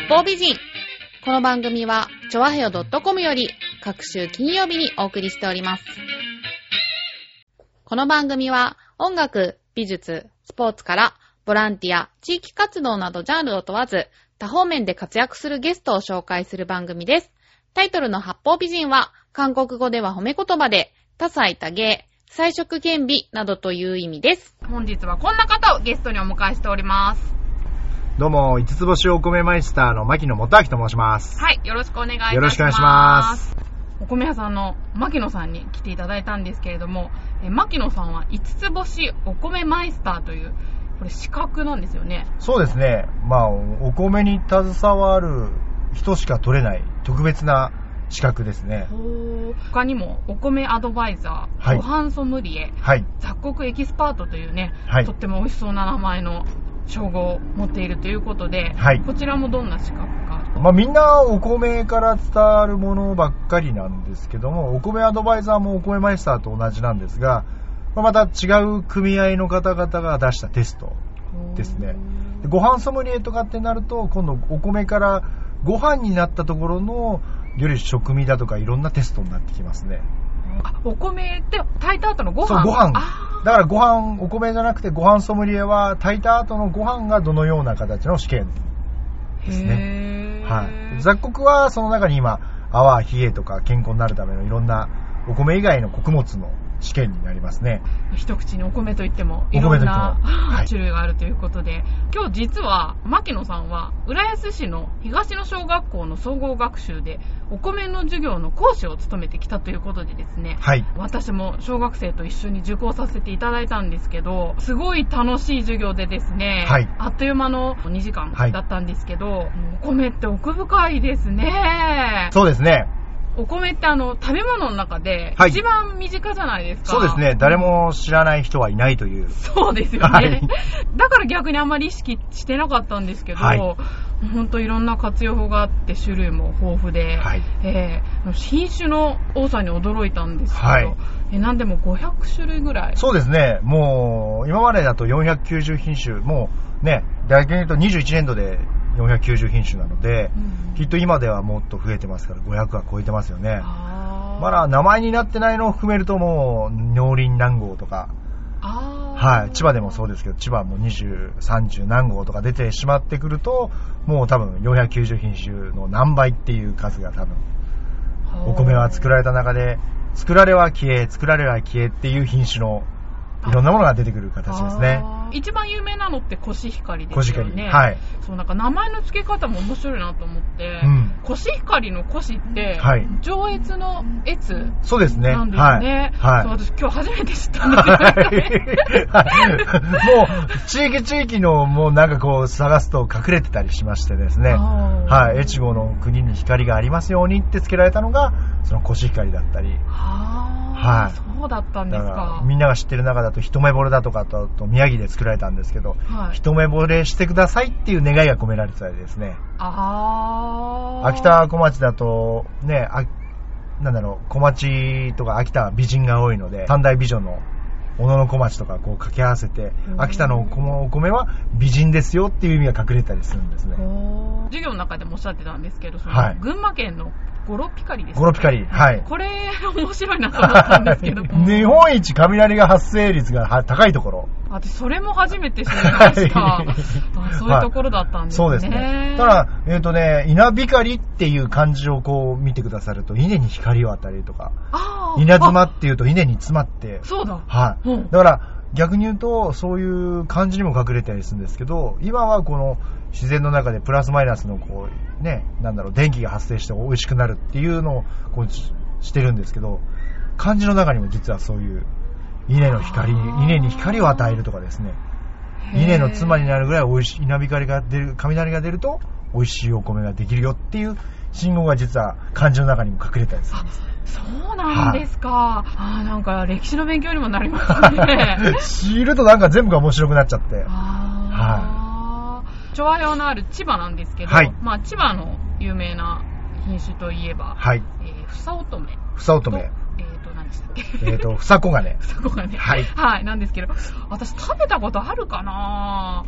方美人。この番組はちょわへよ .com より各週金曜日にお送りしております。この番組は音楽、美術、スポーツからボランティア、地域活動などジャンルを問わず多方面で活躍するゲストを紹介する番組です。タイトルの八方美人は韓国語では褒め言葉で多彩多芸、彩色兼備などという意味です。本日はこんな方をゲストにお迎えしております。 どうも、五つ星お米マイスターの牧野元明と申します。 はい、よろしくお願いいたします。 よろしくお願いします。 お米屋さんの牧野さんに来ていただいたんですけれども、牧野さんは五つ星お米マイスターというこれ資格なんですよね。 そうですね。まあお米に携わる人しか取れない特別な資格ですね。 他にもお米アドバイザー、はい、ご飯ソムリエ、はい、雑穀エキスパートというね、はい、とっても美味しそうな名前の称号を持っているということで、はい、こちらもどんな資格か。 まあみんなお米から伝わるものばっかりなんですけども、お米アドバイザーもお米マイスターと同じなんですが、また違う組合の方々が出したテストですね。でご飯ソムリエとかってなると、今度お米からご飯になったところの料理食味だとかいろんなテストになってきますね。 お米って炊いた後のご飯。 そう、ご飯。だからご飯、お米じゃなくてご飯ソムリエは炊いた後のご飯がどのような形の試験ですね。はい。雑穀はその中に今泡、冷えとか健康になるためのいろんなお米以外の穀物の試験になりますね。 一口にお米といってもいろんな種類があるということで、今日実は牧野さんは浦安市の東野小学校の総合学習でお米の授業の講師を務めてきたということでですね、はい、私も小学生と一緒に受講させていただいたんですけど、すごい楽しい授業でですね、はい、あっという間の2時間だったんですけど、はい、お米って奥深いですね。 そうですね。 お米って食べ物の中で一番身近じゃないですか。 そうですね。誰も知らない人はいないという。 そうですよね。はい、だから逆にあんまり意識してなかったんですけど、はい、本当いろんな活用法があって種類も豊富で、はい、品種の多さに驚いたんですけど、はい、何でも500種類ぐらい。 そうですね。もう今までだと490品種、もうね、大体言うと21年度で490品種なので、きっと今ではもっと増えてますから500は超えてますよね。まだ名前になってないのを含めるともう農林何号とか、はい、千葉でもそうですけど、千葉も20、30何号とか出てしまってくると、もう多分490品種の何倍っていう数が多分お米は作られた中で、作られは消え、作られは消えっていう品種のいろんなものが出てくる形ですね。 一番有名なのってコシヒカリですよね。コシヒカリ。はい。そう、なんか名前の付け方も面白いなと思って、コシヒカリのコシって、はい、上越の越。 そうですね。 なんですね。はい。そう、私今日初めて知ったんですよね。 はい。もう、地域のもうなんかこう探すと隠れてたりしましてですね。はい。越後の国に光がありますようにって付けられたのが、そのコシヒカリだったり。 はい。そうだったんですか。 みんなが知ってる中だと一目惚れだとかと宮城で作られたんですけど、はい、一目惚れしてくださいっていう願いが込められてたりですね。秋田小町だとね、なんだろう、小町とか秋田は美人が多いので、三大美女の小野小町とかこう掛け合わせて、秋田のお米は美人ですよっていう意味が隠れたりするんですね。 授業の中でもおっしゃってたんですけど、その群馬県のゴロピカリですね。 ゴロピカリ、はい。 これ面白いなと思ったんですけど日本一雷が発生率が高いところ。 私それも初めて知りました。はい、そういうところだったんですね。そうですね。 ただ稲光っていう漢字をこう見てくださると、稲に光を与えるとか、稲妻っていうと稲に詰まって、 そうだ。 はい。だから逆に言うとそういう漢字にも隠れたりするんですけど、今はこの自然の中でプラスマイナスのこうね、なんだろう、電気が発生して美味しくなるっていうのをこうしてるんですけど、漢字の中にも実はそういう稲に光を与えるとかですね、稲の妻になるぐらい美味しい稲光が出る、雷が出ると美味しいお米ができるよっていう信号が実は漢字の中にも隠れたりするんです。 そうなんですか。なんか歴史の勉強にもなりますね。 知るとなんか全部が面白くなっちゃって。 調和用のある千葉なんですけど、はい、まあ千葉の有名な品種といえば、はい、房乙女。 房乙女。 何でしたっけ？ 房小金。 房小金。はい。はい、なんですけど、私食べたことあるかな？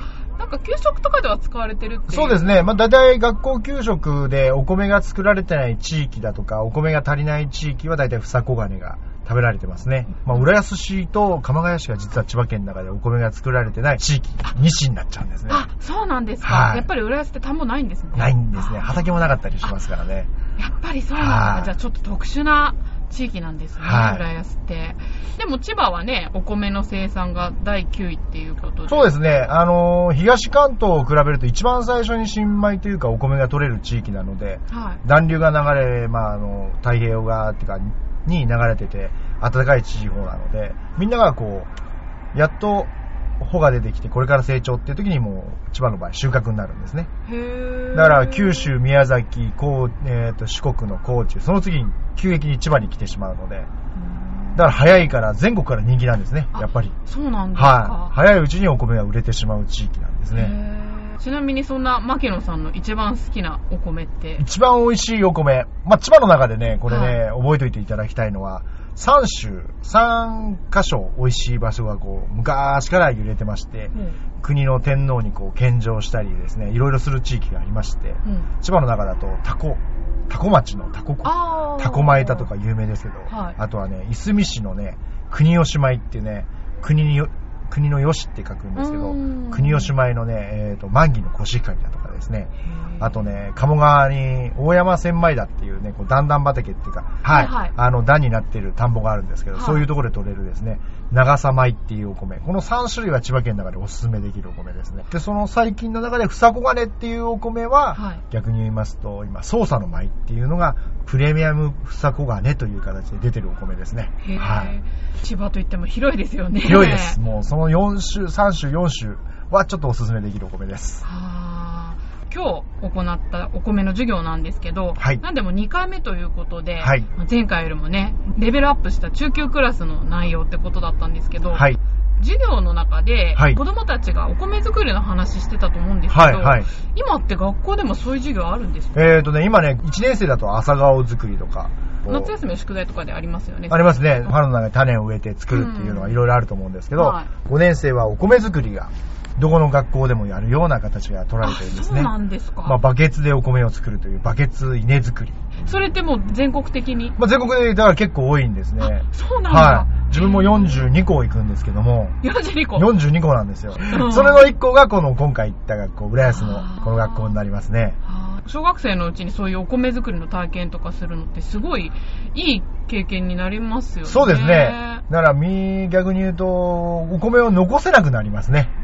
なんか給食とかでは使われてるっていう。 そうですね。まあ、大体学校給食でお米が作られてない地域だとか、お米が足りない地域は大体房子金が食べられてますね。まあ、浦安市と鎌ヶ谷市が実は千葉県の中でお米が作られてない地域、西になっちゃうんですね。 あ、そうなんですか。 はい、 やっぱり浦安って田んぼないんですね。 ないんですね。畑もなかったりしますからね。 やっぱりそうなんだ。じゃあちょっと特殊な地域なんですね、浦安って。でも千葉はね、お米の生産が第9位っていうことで。 そうですね。東関東を比べると一番最初に新米というかお米が取れる地域なので、はい、暖流が流れ、まあ、太平洋側っていうかに流れてて暖かい地方なので、みんながこうやっと穂が出てきてこれから成長っていう時にもう千葉の場合収穫になるんですね。だから九州、宮崎、四国の高知、その次に急激に千葉に来てしまうので、だから早いから全国から人気なんですね、やっぱり。 そうなんですか。 はい。早いうちにお米が売れてしまう地域なんですね。 ちなみにそんな牧野さんの一番好きなお米って？ 一番美味しいお米。まあ、千葉の中でね、これね、覚えておいていただきたいのは、3カ所美味しい場所がこう昔から揺れてまして、国の天皇にこう献上したりですね、いろいろする地域がありまして、千葉の中だとタコ町のタコ米だとか有名ですけど、あとはね、いすみ市のね、国吉米っていうね、国の吉って書くんですけど、国吉米のね、万木のコシヒカリだとかですね、あとね、鴨川に大山千枚田っていうね、こう段々畑っていうか、段になっている田んぼがあるんですけど、そういうところで取れるですね、長さ米っていうお米。この3種類は千葉県の中でおすすめできるお米ですね。で、その最近の中で房子金っていうお米は、逆に言いますと、今、捜査の米っていうのが、プレミアム房子金という形で出てるお米ですね。はい。 千葉といっても広いですよね。 広いです。もうその3種4種はちょっとおすすめできるお米です。 今日行ったお米の授業なんですけど、なんでも2回目ということで、前回よりもね、レベルアップした中級クラスの内容ってことだったんですけど、授業の中で子供たちがお米作りの話してたと思うんですけど、今って学校でもそういう授業あるんですか？ 今ね、1年生だと朝顔作りとか、 夏休みの宿題とかでありますよね。 ありますね。春の中に種を植えて作るっていうのはいろいろあると思うんですけど、5年生はお米作りがどこの学校でもやるような形が取られてるんですね。 そうなんですか。 まあ、バケツでお米を作るというバケツ稲作り。 それってもう全国的に？ まあ、全国でだから結構多いんですね。 そうなんだ。 自分も42校行くんですけども。 42 校なんですよ。それの1校が今回行った学校、浦安のこの学校になりますね。 小学生のうちにそういうお米作りの体験とかするのってすごいいい経験になりますよね。 そうですね。だから逆に言うとお米を残せなくなりますね。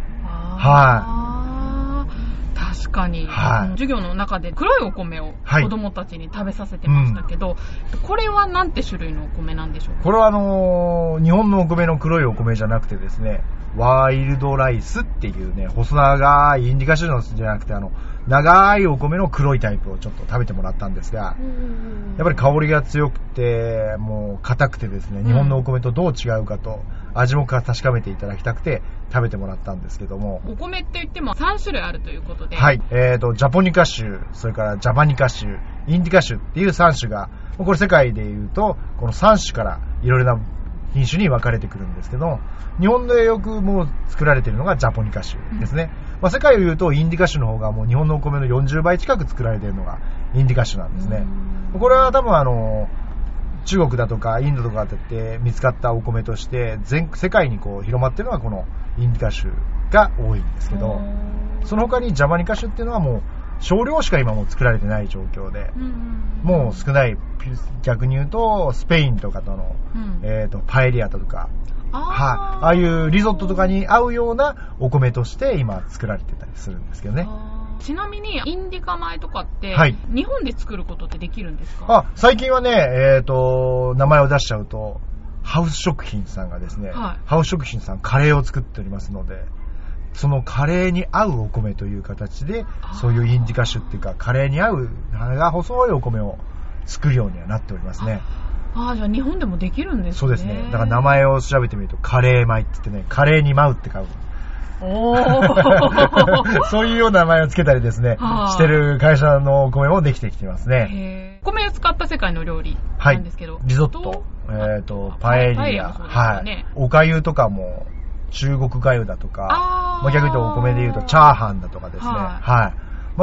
確かに、授業の中で黒いお米を子供たちに食べさせてましたけど、これはなんて種類のお米なんでしょうか？ これは日本のお米の黒いお米じゃなくてですね、ワイルドライスっていうね、細長いインディカ種のじゃなくて長いお米の黒いタイプをちょっと食べてもらったんですが、やっぱり香りが強くてもう硬くてですね、日本のお米とどう違うかと味も確かめていただきたくて食べてもらったんですけども、 お米って言っても3種類あるということで、 ジャポニカ種、それからジャパニカ種、インディカ種っていう3種が、これ世界でいうとこの3種からいろいろな品種に分かれてくるんですけど、日本でよくもう作られているのがジャポニカ種ですね。世界を言うとインディカ種の方がもう日本のお米の40倍近く作られているのがインディカ種なんですね。これは多分中国だとかインドとかって見つかったお米として世界に広まっているのがこのインディカ種が多いんですけど、その他にジャパニカ種っていうのはもう少量しか今も作られてない状況で、もう少ない。逆に言うとスペインとかとの、パエリアとか、ああいうリゾットとかに合うようなお米として今作られてたりするんですけどね。 ちなみにインディカ米とかって、日本で作ることってできるんですか？ 最近はね、名前を出しちゃうとハウス食品さんがですね、ハウス食品さんカレーを作っておりますので、そのカレーに合うお米という形で、そういうインディカ種っていうかカレーに合う長細いお米を作るようにはなっておりますね。 じゃあ日本でもできるんですね。 そうですね。だから名前を調べてみるとカレー米って言ってね、カレーに舞うって書く。そういうような名前をつけたりですね、してる会社のお米もできてきてますね。 お米を使った世界の料理なんですけど、 リゾット、パエリア、お粥とかも中国粥だとか、 逆に言うとお米で言うとチャーハンだとかですね。はい。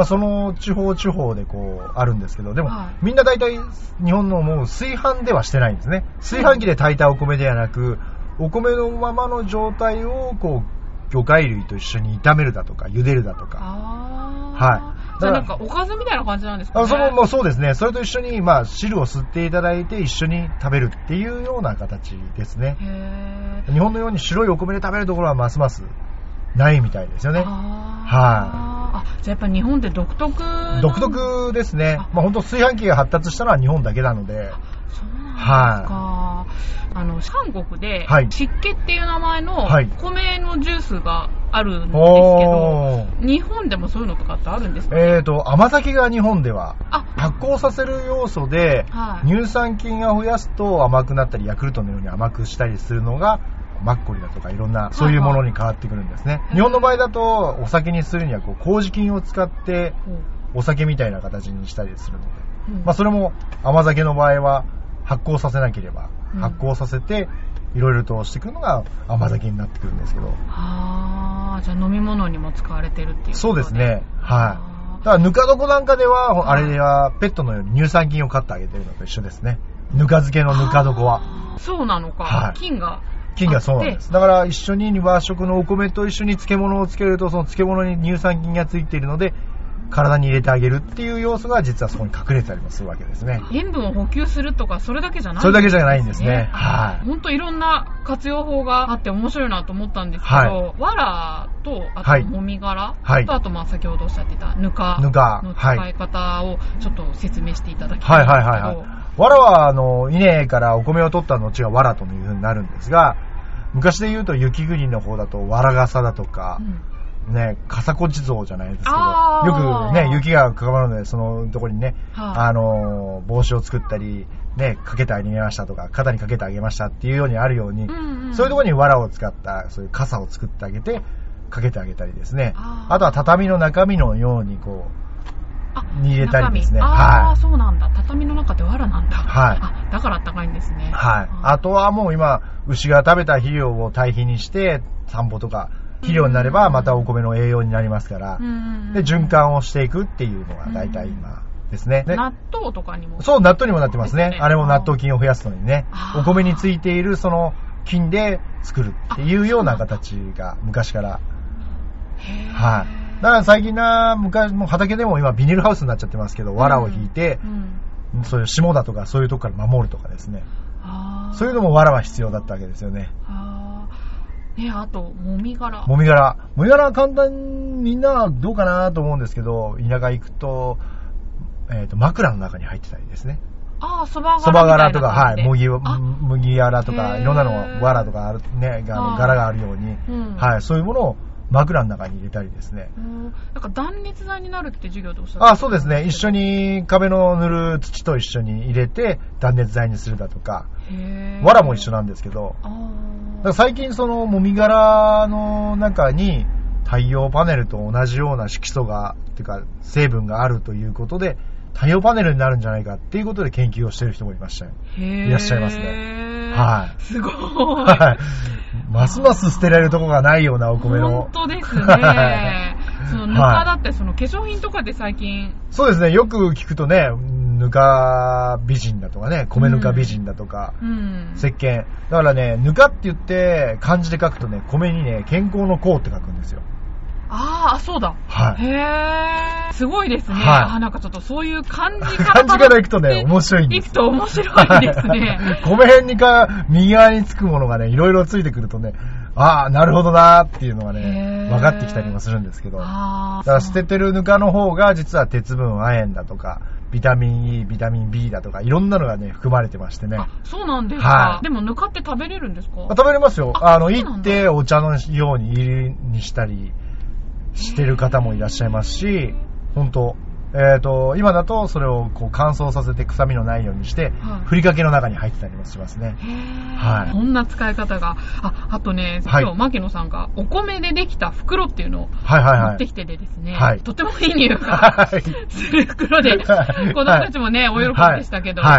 その地方地方であるんですけど、でも、みんな大体日本のもう炊飯ではしてないんですね。炊飯器で炊いたお米ではなく、お米のままの状態を魚介類と一緒に炒めるだとか茹でるだとか。はい。 じゃあなんかおかずみたいな感じなんですかね。 そうですね。それと一緒に汁を吸っていただいて一緒に食べるっていうような形ですね。日本のように白いお米で食べるところはますますないみたいですよね。はい。 じゃあやっぱり日本って独特ですね。本当炊飯器が発達したのは日本だけなので。 そうなんですか。韓国で湿気っていう名前の米のジュースがあるんですけど、日本でもそういうのとかってあるんですかね。 甘酒が日本では発酵させる要素で乳酸菌が増やすと甘くなったり、ヤクルトのように甘くしたりするのがマッコリだとかいろんなそういうものに変わってくるんですね。日本の場合だとお酒にするには麹菌を使ってお酒みたいな形にしたりするので、それも甘酒の場合は発酵させなければ発酵させていろいろとしてくるのが甘酒になってくるんですけど。 じゃあ飲み物にも使われてるっていうことで。 そうですね。はい。だからぬか床なんかではあれではペットのように乳酸菌を飼ってあげてるのと一緒ですね。ぬか漬けのぬか床は。 そうなのか。菌がそうなんです。だから一緒に和食のお米と一緒に漬物をつけると、その漬物に乳酸菌がついているので体に入れてあげるっていう要素が実はそこに隠れてたりもするわけですね。 塩分を補給するとかそれだけじゃないんですね。 それだけじゃないんですね。はい。 本当いろんな活用法があって面白いなと思ったんですけど、藁とあともみ殻とあと先ほどおっしゃってたぬかの使い方をちょっと説明していただきたいんですけど。 藁は稲からお米を取った後が藁という風になるんですが、昔で言うと雪国の方だと藁笠だとか、笠子地蔵じゃないですけど、よくね、雪がかかるので、そのところにね、帽子を作ったり、かけてあげましたとか、肩にかけてあげましたっていうようにあるように、そういうところに藁を使った、そういう傘を作ってあげて、かけてあげたりですね。あとは畳の中身のようにに入れたりですね。 そうなんだ。畳の中って藁なんだ。だから暖かいんですね。 あとはもう今、牛が食べた肥料を堆肥にして、田んぼとか、肥料になればまたお米の栄養になりますから、で循環をしていくっていうのが大体今ですね。 納豆とかにも。 そう、納豆にもなってますね。あれも納豆菌を増やすのにね、お米についているその菌で作るっていうような形が昔から。だから最近昔も畑でも今ビニールハウスになっちゃってますけど、藁を引いて、そういう霜だとかそういうとこから守るとかですね。そういうのも藁は必要だったわけですよね。 あと、もみ殻は簡単、みんなどうかなと思うんですけど、田舎行くと、枕の中に入ってたりですね。 そば殻とか、麦殻とか、いろんなの藁とかあるね、柄があるように、そういうものを枕の中に入れたりですね。 なんか断熱材になるって授業でおっしゃってた。 そうですね。一緒に壁の塗る土と一緒に入れて断熱材にするだとか、藁も一緒なんですけど、だから最近そのもみ殻の中に太陽パネルと同じような色素がっていうか成分があるということで太陽パネルになるんじゃないかっていうことで研究をしている人もいらっしゃいますね。 すごい。 ますます捨てられるところがないようなお米の。 本当ですね。そのぬかだってその化粧品とかで最近。 そうですね。よく聞くとね、ぬか美人だとかね、米ぬか美人だとか、石鹸。だからね、ぬかって言って漢字で書くとね、米にね、健康の幸って書くんですよ。 そうだ。すごいですね。なんかちょっとそういう漢字から行くとね、面白いんです。 行くと面白いですね。 米辺に右側につくものがね、いろいろついてくるとね、なるほどなーっていうのがね、分かってきたりもするんですけど。だから捨ててるぬかの方が実は鉄分、亜鉛だとか、ビタミン E、ビタミン B だとか、いろんなのがね、含まれてましてね。 そうなんですか。でもぬかって食べれるんですか？ 食べれますよ。いってお茶のように入りにしたりしてる方もいらっしゃいますし、本当今だとそれを乾燥させて臭みのないようにして、ふりかけの中に入ってたりもしますね。 こんな使い方が。あとね、今日牧野さんがお米でできた袋っていうのを持ってきてでですね、とてもいい匂いがする袋で、子供たちもね、お喜びでしたけど、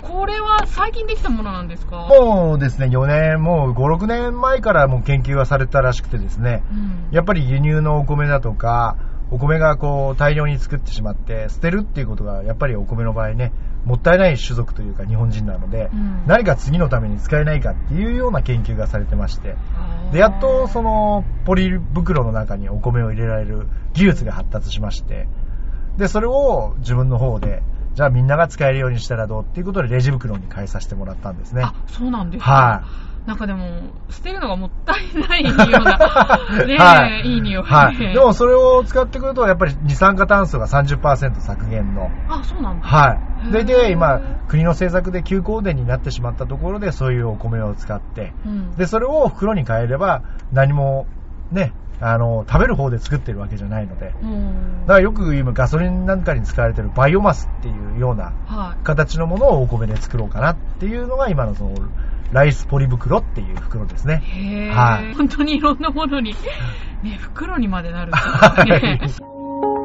これは最近できたものなんですか？ もうですね、4年、もう5、6年前からもう研究がされたらしくてですね、やっぱり輸入のお米だとか、お米がこう大量に作ってしまって捨てるっていうことがやっぱりお米の場合ね、もったいない種族というか日本人なので、何か次のために使えないかっていうような研究がされてまして、でやっとそのポリ袋の中にお米を入れられる技術が発達しまして、でそれを自分の方でじゃあみんなが使えるようにしたらどうっていうことでレジ袋に変えさせてもらったんですね。 あ、そうなんですか。はい。なんかでも捨てるのがもったいないようなね、はい、いい匂い、はい。 でもそれを使ってくるとやっぱり二酸化炭素が 30% 削減の。 あ、そうなんだ。 はい。で今国の政策で休耕田になってしまったところでそういうお米を使って、でそれを袋に変えれば何もね。食べる方で作ってるわけじゃないので、だからよく今ガソリンなんかに使われてるバイオマスっていうような形のものをお米で作ろうかなっていうのが今のそのライスポリ袋っていう袋ですね。 へー、はい、本当にいろんなものに、ね、袋にまでなるんですね。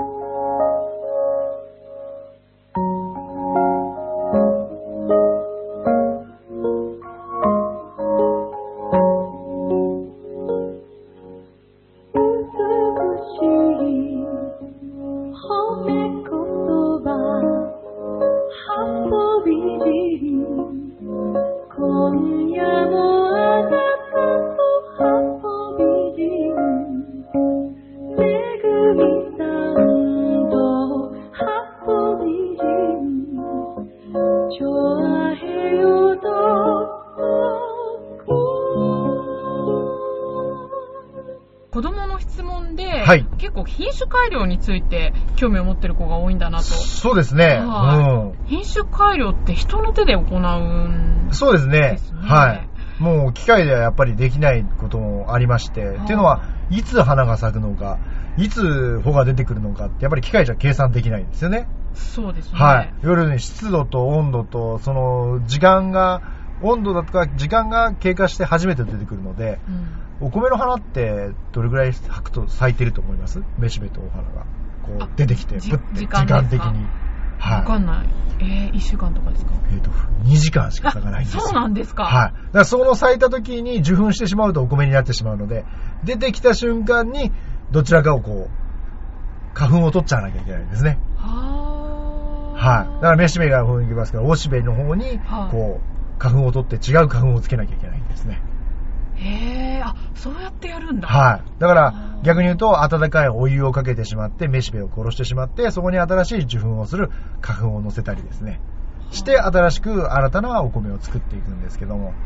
子供の質問で、はい、結構品種改良について興味を持ってる子が多いんだなと。 そうですね。 品種改良って人の手で行うんですね。 そうですね。はい。もう機械ではやっぱりできないこともありまして、っていうのはいつ花が咲くのか、いつ穂が出てくるのかってやっぱり機械じゃ計算できないんですよね。 そうですね。 はい。いわゆるね、湿度と温度とその時間が温度だとか時間が経過して初めて出てくるので。お米の花ってどれぐらい咲くと咲いてると思います？めしべとお花がこう出てきて、ぶって時間的に。 はい。わかんない。1週間とかですか ？2時間しか咲かないんですよ。 そうなんですか。 はい。だからその咲いた時に受粉してしまうとお米になってしまうので、出てきた瞬間にどちらかをこう花粉を取っちゃわなきゃいけないんですね。はい。だからめしべが方に行きますから、おしべの方にこう花粉を取って違う花粉をつけなきゃいけないんですね。 へー、あ、そうやってやるんだ。 はい。だから逆に言うと温かいお湯をかけてしまってめしべを殺してしまって、そこに新しい受粉をする花粉を乗せたりですねして新しく新たなお米を作っていくんですけども。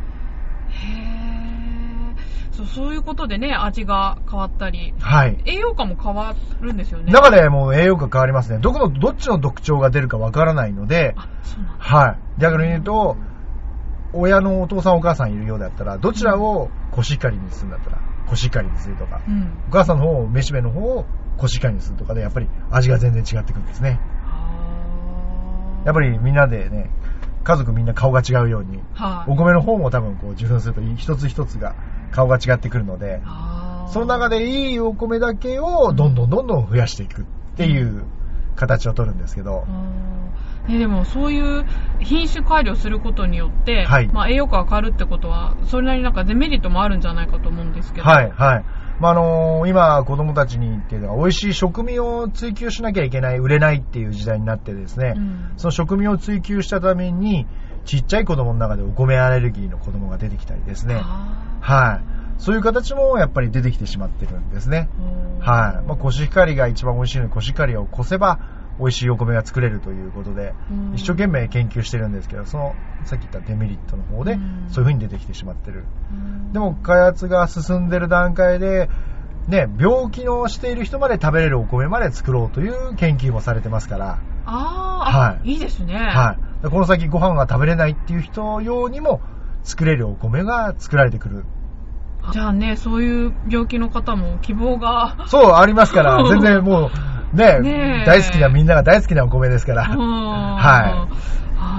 へー、そういうことでね、味が変わったり、 はい、 栄養価も変わるんですよね。 だからもう栄養価変わりますね。どっちの特徴が出るかわからないので。 あ、そうなんだ。 はい。逆に言うと親のお父さんお母さんいるようだったらどちらをコシヒカリにするんだったらコシヒカリにするとか、お母さんの方をめしべの方をコシヒカリにするとかでやっぱり味が全然違ってくるんですね。やっぱりみんなでね、家族みんな顔が違うように、お米の方も多分こう受粉すると一つ一つが顔が違ってくるので、その中でいいお米だけをどんどん増やしていくっていう形を取るんですけど、 でもそういう品種改良することによって、はい、栄養価が変わるってことはそれなりになんかデメリットもあるんじゃないかと思うんですけど。 はいはい。今子供たちにっていうのは美味しい食味を追求しなきゃいけない、売れないっていう時代になってですね、その食味を追求したためにちっちゃい子供の中でお米アレルギーの子供が出てきたりですね。はい。そういう形もやっぱり出てきてしまってるんですね。はい。コシヒカリが一番美味しいのでコシヒカリを越せば美味しいお米が作れるということで、一生懸命研究してるんですけど、そのさっき言ったデメリットの方でそういう風に出てきてしまってる。でも開発が進んでる段階でね、病気のしている人まで食べれるお米まで作ろうという研究もされてますから。 はい。いいですね。 はい。この先ご飯が食べれないっていう人用にも作れるお米が作られてくる。 じゃあね、そういう病気の方も希望がそうありますから、全然もうね、大好きなみんなが大好きなお米ですから。はい。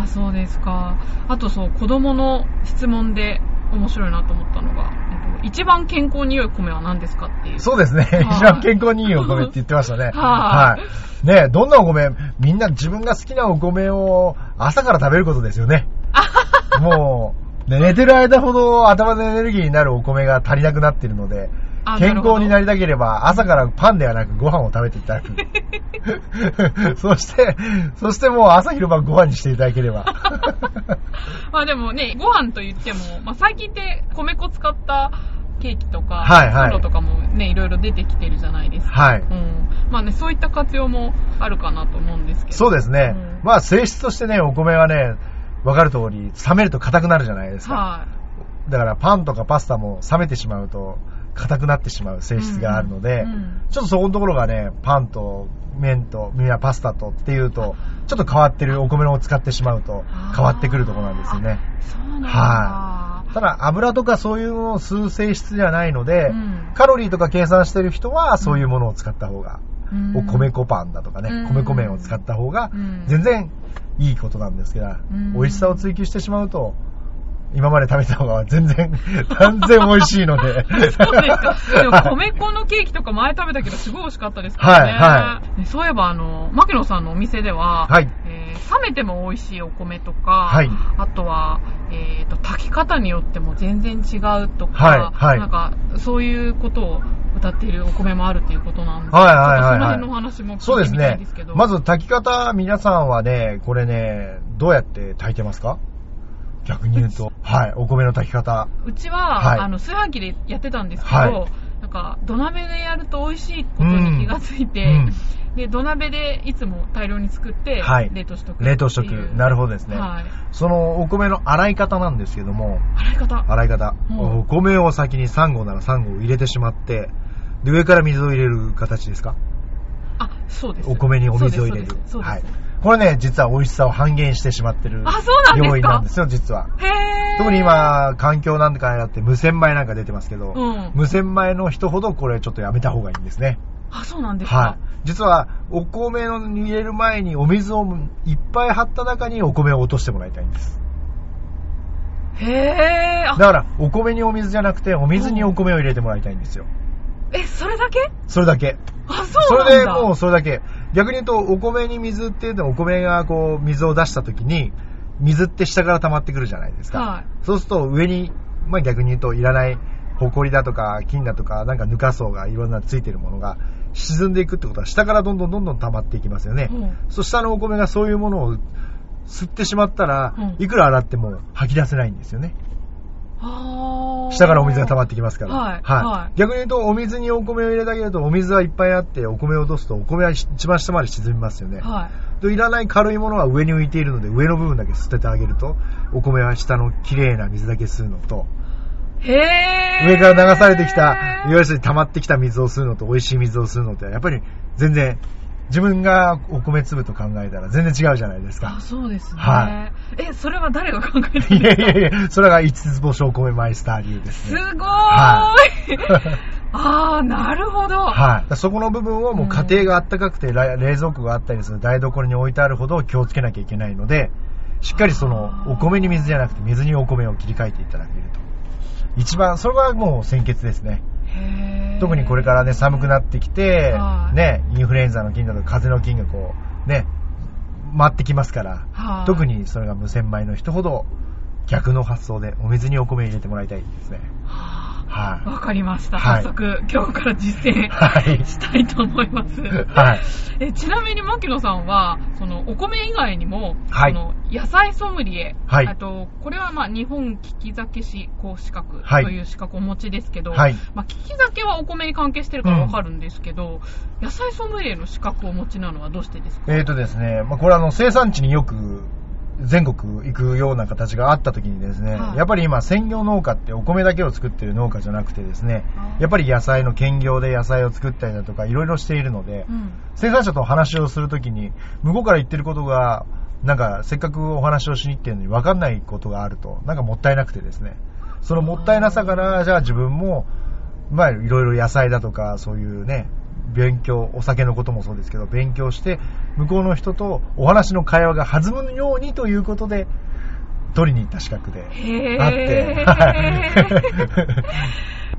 そうですか。あと子供の質問で面白いなと思ったのが、一番健康に良い米は何ですかっていう。 そうですね。一番健康にいいお米って言ってましたね。はい。ね、どんなお米、みんな自分が好きなお米を朝から食べることですよね。 もう、寝てる間ほど頭のエネルギーになるお米が足りなくなっているので、健康になりたければ朝からパンではなくご飯を食べていただく。そしてもう朝昼晩ご飯にしていただければ。 まあでもね、ご飯と言っても、まあ最近って米粉使ったケーキとか、袋とかもね、いろいろ出てきてるじゃないですか。はい。まあね、そういった活用もあるかなと思うんですけど。 そうですね。まあ性質としてね、お米はね、わかる通り、冷めると硬くなるじゃないですか。はい。だからパンとかパスタも冷めてしまうと、硬くなってしまう性質があるので、ちょっとそこのところがね、パンと麺とパスタとっていうと、ちょっと変わってるお米を使ってしまうと変わってくるところなんですよね。 そうなんだ。 はい。ただ油とかそういうのを吸う性質じゃないので、カロリーとか計算してる人はそういうものを使った方が、お米粉パンだとかね、米粉麺を使った方が全然いいことなんですけど、美味しさを追求してしまうと、今まで食べた方が断然美味しいので。 そうですか。でも米粉のケーキとか前食べたけどすごい美味しかったですからね。はい。そういえば牧野さんのお店では、はい。冷めても美味しいお米とか、はい。あとは、炊き方によっても全然違うとか、はい。はい。なんか、そういうことを歌っているお米もあるということなんですけど、はいはいはいはい、その辺のお話も聞いてみたいですけど。 そうですね。まず炊き方、皆さんはね、これね、どうやって炊いてますか？逆に言うと、はい、お米の炊き方。 うちは、はい、炊飯器でやってたんですけど、はい、なんか土鍋でやると美味しいことに気がついて、で土鍋でいつも大量に作って、はい、冷凍しとく。 冷凍しとく。なるほどですね。はい、そのお米の洗い方なんですけども、 洗い方。 お米を先に3合なら3合入れてしまって、で上から水を入れる形ですか？ あ、そうです。 お米にお水を入れる。 そうです。はい。 これね、実は美味しさを半減してしまってる要因なんですよ、実は。特に今、環境なんとかになって無洗米なんか出てますけど、無洗米の人ほどこれちょっとやめた方がいいんですね。 あ、そうなんですか。はい。 実は、お米を入れる前にお水をいっぱい張った中にお米を落としてもらいたいんです。 へー。 だから、お米にお水じゃなくて、お水にお米を入れてもらいたいんですよ。 それだけ？ それだけ。 あ、そうなんだ。 それでもうそれだけ。逆に言うと、お米に水っていうのはお米がこう水を出した時に、水って下から溜まってくるじゃないですか。はい。そうすると上に、まあ逆に言うといらないホコリだとか菌だとかなんかぬか層がいろんなついてるものが沈んでいくってことは下からどんどん溜まっていきますよね。そしたらお米がそういうものを吸ってしまったら、いくら洗っても吐き出せないんですよね。下からお水が溜まってきますから。はい。はい。逆に言うと、お水にお米を入れてあげると、お水はいっぱいあって、お米を落とすと、お米は一番下まで沈みますよね。はい。で、いらない軽いものは上に浮いているので、上の部分だけ捨ててあげると、お米は下の綺麗な水だけ吸うのと、上から流されてきた、要するに溜まってきた水を吸うのと、美味しい水を吸うのと、やっぱり全然、自分がお米粒と考えたら全然違うじゃないですか。 あ、そうですね。はい。それは誰が考えたんですか？ いや、それが五つ星お米マイスター流ですね。 すごーい。はい、あー、なるほど。 はい。そこの部分をもう家庭があったかくて、冷蔵庫があったりする台所に置いてあるほど気をつけなきゃいけないので、しっかりそのお米に水じゃなくて水にお米を切り替えていただけると。一番、それがもう先決ですね。特にこれからね、寒くなってきて、ね、インフルエンザの菌だとか風邪の菌がこう、ね、回ってきますから、特にそれが無洗米の人ほど逆の発想でお水にお米入れてもらいたいですね。 はい。わかりました。早速、今日から実践したいと思います。はい。ちなみに、牧野さんは、その、お米以外にも、その、野菜ソムリエ、あと、これはまあ、日本利き酒師公資格という資格をお持ちですけど、まあ、利き酒はお米に関係してるからわかるんですけど、野菜ソムリエの資格をお持ちなのはどうしてですか？ ですね、まあ、これは生産地によく、全国行くような形があった時にですね、やっぱり今専業農家ってお米だけを作ってる農家じゃなくてですね、やっぱり野菜の兼業で野菜を作ったりだとかいろいろしているので、生産者とお話をする時に向こうから言ってることがなんかせっかくお話をしに行ってるのに分かんないことがあるとなんかもったいなくてですね、そのもったいなさからじゃあ自分もまあいろいろ野菜だとかそういうね勉強、お酒のこともそうですけど勉強して向こうの人とお話の会話が弾むようにということで取りに行った資格であって、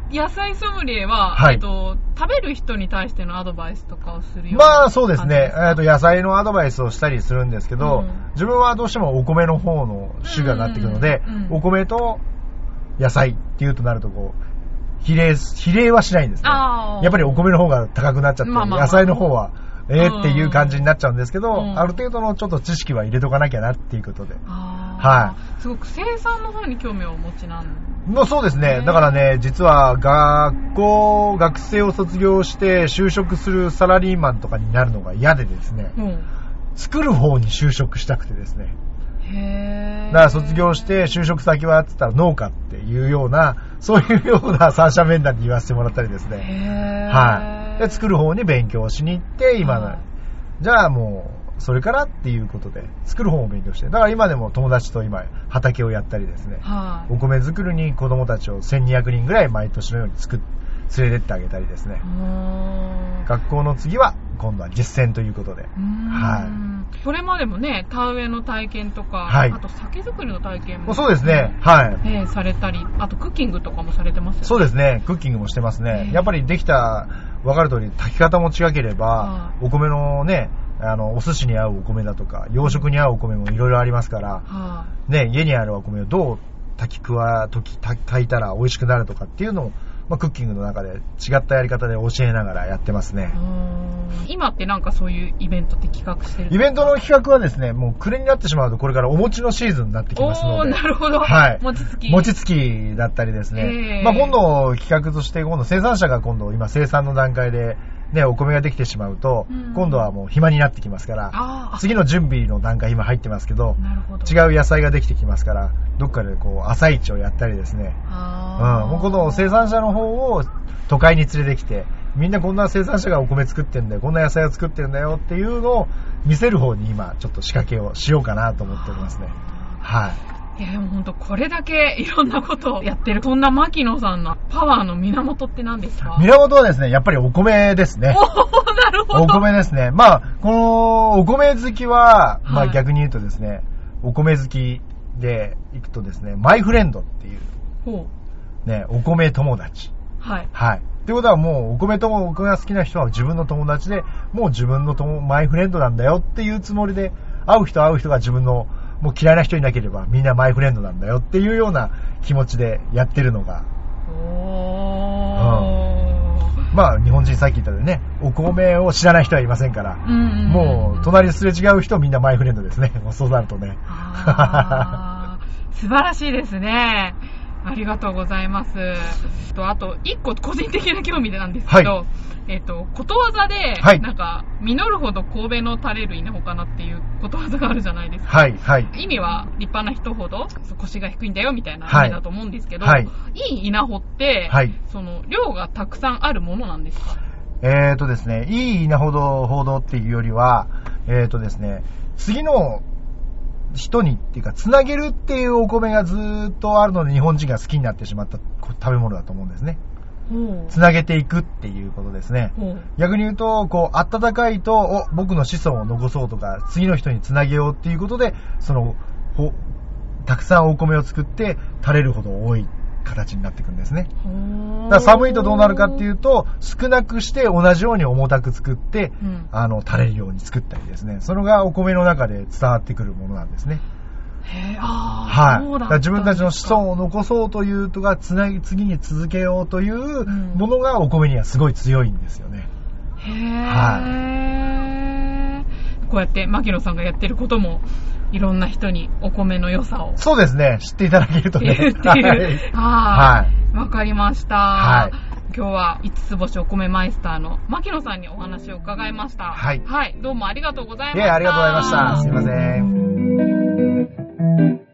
野菜ソムリエは、食べる人に対してのアドバイスとかをするような。 まあそうですね。野菜のアドバイスをしたりするんですけど、自分はどうしてもお米の方の主がなってくるので、お米と野菜っていうとなるとこう、比例はしないんですね。やっぱりお米の方が高くなっちゃって、野菜の方は、っていう感じになっちゃうんですけど、ある程度のちょっと知識は入れとかなきゃなっていうことで。 すごく生産の方に興味をお持ちなんもうそうですね。だからね、実は学生を卒業して就職するサラリーマンとかになるのが嫌でですね、作る方に就職したくてですね。だから卒業して就職先はって言ったら農家っていうような、そういうような三者面談に言わせてもらったりですね。で、作る方に勉強しに行って、今、じゃあもう、それからっていうことで、作る方を勉強して。だから今でも友達と今、畑をやったりですね。お米作りに子供たちを1200人ぐらい毎年のように連れてってあげたりですね。学校の次は、今度は実践ということで。 それまでもね、田植えの体験とか、あと酒造りの体験も。 そうですね。 されたり、あとクッキングとかもされてますよね。 そうですね。クッキングもしてますね。やっぱりわかる通り、炊き方も違ければ、お米のね、お寿司に合うお米だとか、洋食に合うお米もいろいろありますから、ね、家にあるお米をどう炊いたら美味しくなるとかっていうのを、クッキングの中で違ったやり方で教えながらやってますね。 今ってなんかそういうイベントって企画してる？ イベントの企画はですね、もう暮れになってしまうとこれからお餅のシーズンになってきますので。 なるほど。餅つきだったりですね。 今度企画として生産者が今生産の段階でね、お米ができてしまうと、今度はもう暇になってきますから、次の準備の段階今入ってますけど、違う野菜ができてきますから、どっかで朝市をやったりですね。もうこの生産者の方を都会に連れてきて、みんなこんな生産者がお米作ってんだよ、こんな野菜を作ってるんだよっていうのを見せる方に今ちょっと仕掛けをしようかなと思っておりますね。 もうほんとこれだけいろんなことをやってる、そんな牧野さんのパワーの源って何ですか？ 源はですね、やっぱりお米ですね。 なるほど。 お米ですね。このお米好きは、逆に言うとですね、お米好きでいくとですね、マイフレンドっていう、ね、お米友達。ってことはもうお米が好きな人は自分の友達で、もう自分のマイフレンドなんだよっていうつもりで、会う人が自分のもう嫌いな人いなければみんなマイフレンドなんだよっていうような気持ちでやってるのが。日本人さっき言ったようにね、お米を知らない人はいませんから、もう隣すれ違う人みんなマイフレンドですね。そうなるとね。 素晴らしいですね。ありがとうございます。あと、一個個人的な興味なんですけど、ことわざで、なんか、実るほど神戸の垂れる稲穂かなっていうことわざがあるじゃないですか。意味は、立派な人ほど腰が低いんだよみたいな意味だと思うんですけど、いい稲穂って、量がたくさんあるものなんですか？ ですね、いい稲ほどっていうよりは、ですね、次の人にっていうか、つなげるっていうお米がずっとあるので、日本人が好きになってしまった食べ物だと思うんですね。つなげていくっていうことですね。逆に言うと、温かいと、僕の子孫を残そうとか、次の人につなげようっていうことで、たくさんお米を作って、垂れるほど多い形になっていくんですね。だから寒いとどうなるかっていうと、少なくして同じように重たく作って、垂れるように作ったりですね。それがお米の中で伝わってくるものなんですね。だから自分たちの子孫を残そうというとか、次に続けようというものがお米にはすごい強いんですよね。 こうやって牧野さんがやってることも、いろんな人にお米の良さを。 そうですね。知っていただけるとね。 わかりました。今日は5つ星お米マイスターの牧野さんにお話を伺いました。どうもありがとうございました。 ありがとうございました。すいません。